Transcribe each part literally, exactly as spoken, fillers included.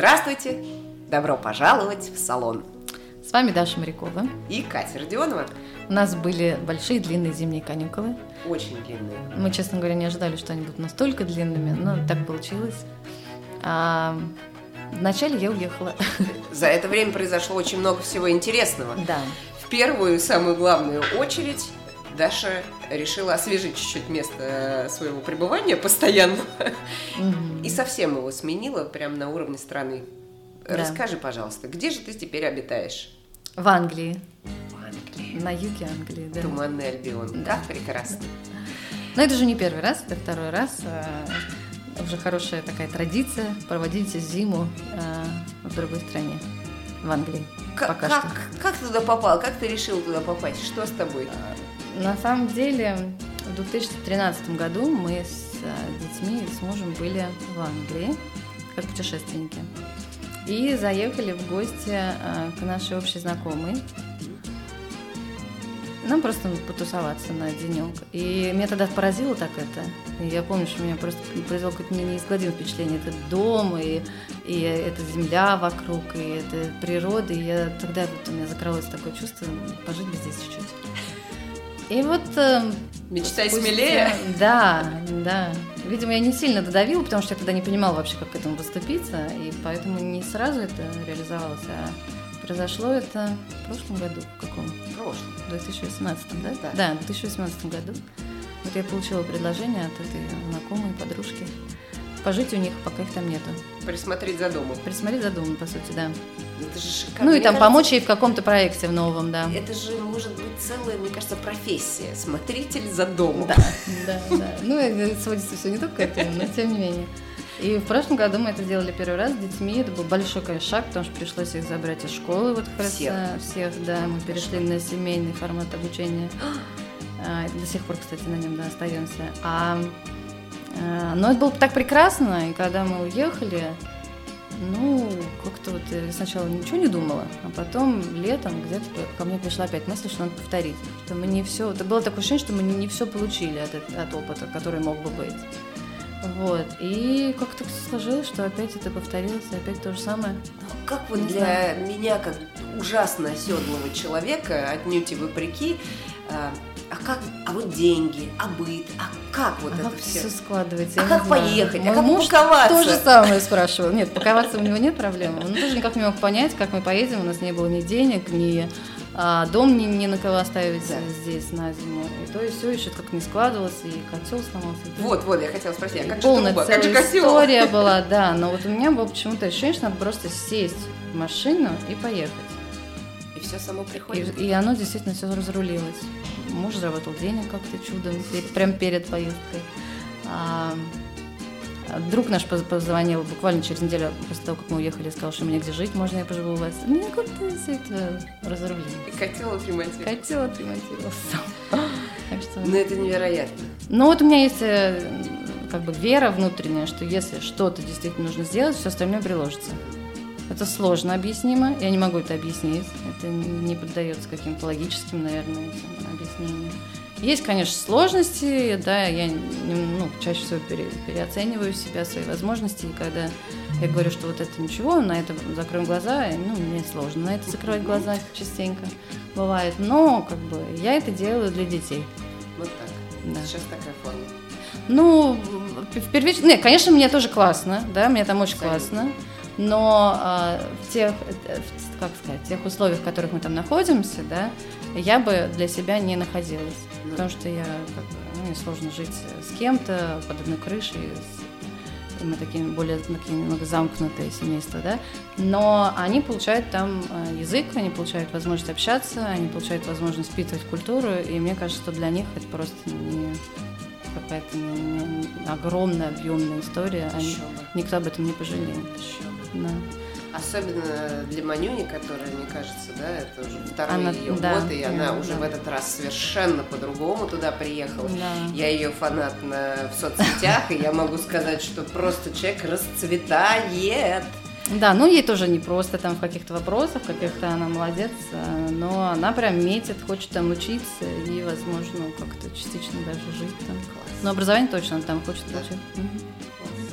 Здравствуйте! Добро пожаловать в салон! С вами Даша Морякова и Катя Родионова. У нас были большие длинные зимние каникулы. Очень длинные. Мы, честно говоря, не ожидали, что они будут настолько длинными, но так получилось. А вначале я уехала. За это время произошло очень много всего интересного. Да. В первую, самую главную очередь Даша решила освежить чуть-чуть место своего пребывания постоянно. Угу. И совсем его сменила прямо на уровне страны. Да. Расскажи, пожалуйста, где же ты теперь обитаешь? В Англии. В Англии. На юге Англии, да. Туманный Альбион. Да, прекрасно. Но это же не первый раз, это второй раз. Уже хорошая такая традиция проводить зиму в другой стране, в Англии. Как, пока как, что. Как ты туда попал? Как ты решил туда попасть? Что с тобой? На самом деле, в две тысячи тринадцатом году мы с детьми и с мужем были в Англии, как путешественники. И заехали в гости к нашей общей знакомой. Нам просто потусоваться на денек. И меня тогда поразило так это. И я помню, что у меня просто произвело какое-то неизгладимое впечатление. Это дом, и, и это земля вокруг, и это природа. И я, тогда вот у меня закралось такое чувство пожить бы здесь чуть-чуть. И вот... Мечтай спустя... смелее. Да, да. Видимо, я не сильно додавила, потому что я тогда не понимала вообще, как к этому поступиться. И поэтому не сразу это реализовалось, а произошло это в прошлом году. В каком? В прошлом. В две тысячи восемнадцатом, да? Да. Да, в две тысячи восемнадцатом году. Вот я получила предложение от этой знакомой подружки пожить у них, пока их там нету. Присмотреть за домом. Присмотреть за домом, по сути, да. Это же шикарно. Ну и мне там кажется, помочь ей в каком-то проекте в новом, да. Это же может быть целая, мне кажется, профессия. Смотритель за домом. Да, да, да. Ну, сводится все не только к этому, но тем не менее. И в прошлом году мы это делали первый раз с детьми. Это был большой, конечно, шаг, потому что пришлось их забрать из школы. Вот как всех. раз всех, да. Мы перешли на семейный формат обучения. До сих пор, кстати, на нем, да, остаемся. А, но это было так прекрасно, и когда мы уехали, ну, как-то вот сначала ничего не думала, а потом летом где-то ко мне пришла опять мысль, что надо повторить. Что мы не все, это было такое ощущение, что мы не все получили от, от опыта, который мог бы быть. Вот. И как-то сложилось, что опять это повторилось, опять то же самое. Как вот не для знаю. меня, как ужасно оседлого человека, отнюдь и вопреки, а, а как, а вот деньги, а быт, а как вот а это как все? все складывается? А как поехать? Мой а как муж упаковаться? То же самое спрашивал. Нет, паковаться у него нет проблем. Он тоже никак не мог понять, как мы поедем. У нас не было ни денег, ни а, дом ни, ни на кого оставить да. здесь на зиму. И то и все еще как не складывалось, и котел сломался. Вот, вот, я хотела спросить, а как полная же труба? Как же котел? История была, да. Но вот у меня было почему-то ощущение, что надо просто сесть в машину и поехать. И все само приходит. И, и оно действительно все разрулилось. Муж заработал денег как-то чудом, прям перед поездкой. А, друг наш позвонил буквально через неделю после того, как мы уехали, и сказал, что мне где жить, можно я поживу у вас. Ну, как-то все это разрулилось. И котел отремонтировался. Котел отремонтировался. Так что... Ну, это невероятно. Ну, вот у меня есть как бы вера внутренняя, что если что-то действительно нужно сделать, все остальное приложится. Это сложно объяснимо, я не могу это объяснить, это не поддается каким-то логическим, наверное, объяснениям. Есть, конечно, сложности, да, я ну, чаще всего пере, переоцениваю себя, свои возможности, и когда я говорю, что вот это ничего, на это закроем глаза, ну, мне сложно на это закрывать глаза частенько бывает, но как бы я это делаю для детей. Вот так, да. Сейчас такая форма. Ну, в первичном, нет, конечно, мне тоже классно, да, мне там очень Абсолютно. классно. Но э, в тех, как сказать, в тех условиях, в которых мы там находимся, да, я бы для себя не находилась. Mm. Потому что я, как бы, ну, мне сложно жить с кем-то под одной крышей, с, и мы такие более такие немного замкнутые семейства, да. Но они получают там язык, они получают возможность общаться, они получают возможность впитывать культуру, и мне кажется, что для них это просто не какая-то не, не огромная, объемная история. Они, никто об этом не пожалеет. Да. Особенно для Манюни, которая, мне кажется, да, это уже второй она, ее да, год, и она да, уже да. в этот раз совершенно по-другому туда приехала. Да. Я ее фанат на, в соцсетях, и я могу сказать, что просто человек расцветает. Да, ну ей тоже не просто там в каких-то вопросах, каких-то она молодец, но она прям метит, хочет там учиться и, возможно, как-то частично даже жить там. Класс. Но образование точно она там хочет да. получить.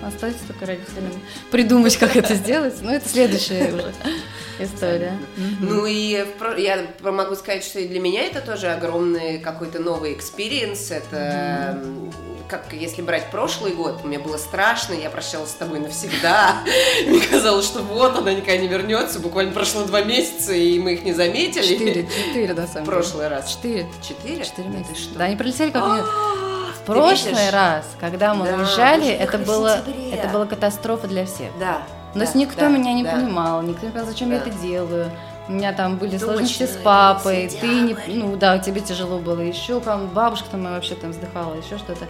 Остается только родителям придумать, как это сделать. Но это следующая уже история. Ну и я могу сказать, что и для меня это тоже огромный какой-то новый экспириенс. Это как если брать прошлый год, мне было страшно, я прощалась с тобой навсегда. Мне казалось, что вот она никогда не вернется. Буквально прошло два месяца, и мы их не заметили. Четыре, четыре на самом деле. В прошлый раз. Четыре. Четыре? Четыре месяца. Да, они пролетели как нет. В прошлый раз, когда мы уезжали, это было, это была катастрофа для всех. Да. То есть никто меня не понимал, никто не понимал, зачем я это делаю. У меня там были сложности с папой, ты не, ну да, тебе тяжело было, еще там бабушка там вообще там вздыхала, еще что-то.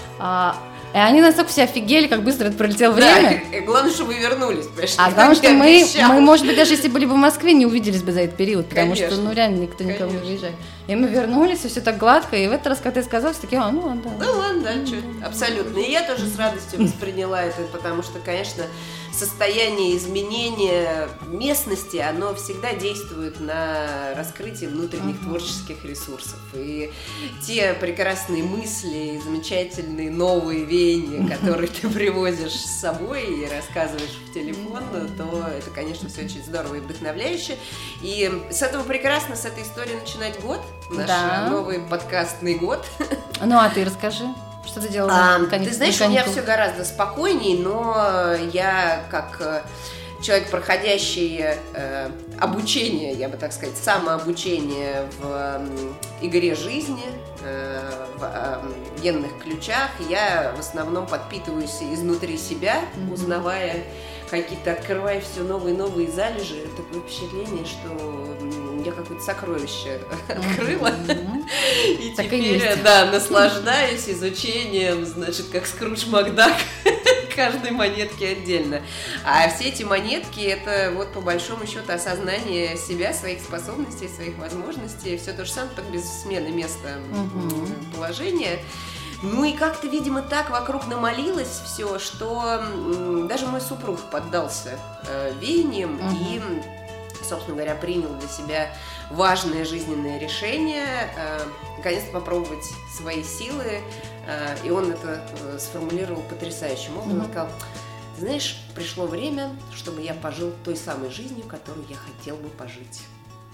А, и они настолько все офигели, как быстро это пролетело время. Да, и главное, что вы вернулись, понимаешь? А главное, что мы, мы, может быть, даже если были бы в Москве, не увиделись бы за этот период, потому Конечно. что, ну, реально никто никого не выезжает. И мы вернулись, и все так гладко, и в этот раз, когда ты сказал, все такие, а, ну ладно. Да ладно, да, что, абсолютно. И я тоже с радостью восприняла это, потому что, конечно, состояние изменения местности, оно всегда действует на раскрытие внутренних uh-huh. творческих ресурсов. И те прекрасные мысли, замечательные новые веяния, которые ты привозишь с собой и рассказываешь в телефон, то это, конечно, все очень здорово и вдохновляюще. И с этого прекрасно, с этой истории начинать год, наш да. новый подкастный год. Ну, а ты расскажи. Что ты делала? А, на кон... Ты знаешь, у меня все гораздо спокойней, но я как человек, проходящий э, обучение, я бы так сказать, самообучение в э, игре жизни, э, в э, генных ключах, я в основном подпитываюсь изнутри себя, mm-hmm. узнавая какие-то, открывая все новые и новые залежи. Такое впечатление, что я какое-то сокровище открыла. Mm-hmm. И так теперь, и да, наслаждаюсь изучением, значит, как Скрудж Макдак, каждой монетки отдельно. А все эти монетки, это вот по большому счету осознание себя, своих способностей, своих возможностей. Все то же самое, только без смены места mm-hmm. положения. Ну и как-то, видимо, так вокруг намолилось все, что м, даже мой супруг поддался э, веяниям uh-huh. и, собственно говоря, принял для себя важное жизненное решение, э, наконец-то попробовать свои силы, э, и он это э, сформулировал потрясающим образом. Uh-huh. Он сказал: ты знаешь, пришло время, чтобы я пожил той самой жизнью, которую я хотел бы пожить.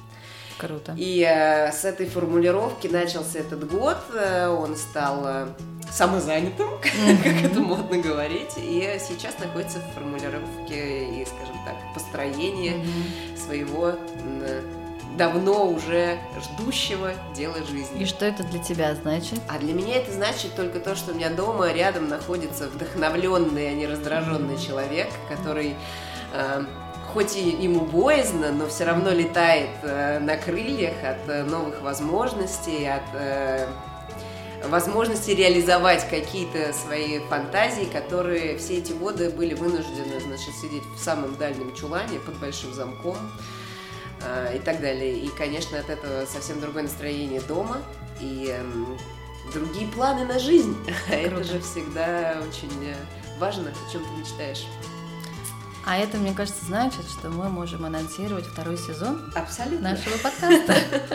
Круто. И э, с этой формулировки начался этот год, э, он стал э, самозанятым, mm-hmm. как это модно говорить, и сейчас находится в формулировке и, скажем так, построении mm-hmm. своего э, давно уже ждущего дела жизни. И что это для тебя значит? А для меня это значит только то, что у меня дома рядом находится вдохновленный, а не раздраженный mm-hmm. человек, который... Э, хоть и ему боязно, но все равно летает э, на крыльях от э, новых возможностей, от э, возможности реализовать какие-то свои фантазии, которые все эти годы были вынуждены, значит, сидеть в самом дальнем чулане под большим замком э, и так далее. И, конечно, от этого совсем другое настроение дома и э, другие планы на жизнь. Это же всегда очень важно, о чем ты мечтаешь. А это, мне кажется, значит, что мы можем анонсировать второй сезон Абсолютно. нашего подкаста.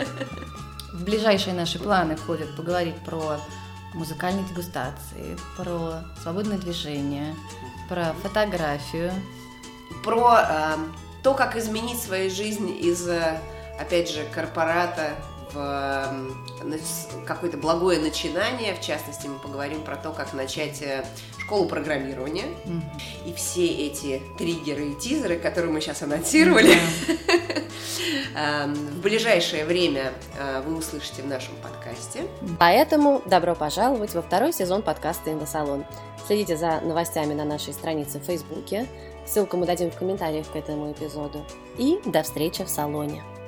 В ближайшие наши планы входит поговорить про музыкальные дегустации, про свободное движение, про фотографию. Про э, то, как изменить свою жизнь из, опять же, корпората в э, какое-то благое начинание. В частности, мы поговорим про то, как начать школу программирования. Mm-hmm. И все эти триггеры и тизеры, которые мы сейчас анонсировали, mm-hmm. в ближайшее время вы услышите в нашем подкасте. Поэтому добро пожаловать во второй сезон подкаста «Индосалон». Следите за новостями на нашей странице в Фейсбуке. Ссылку мы дадим в комментариях к этому эпизоду. И до встречи в салоне.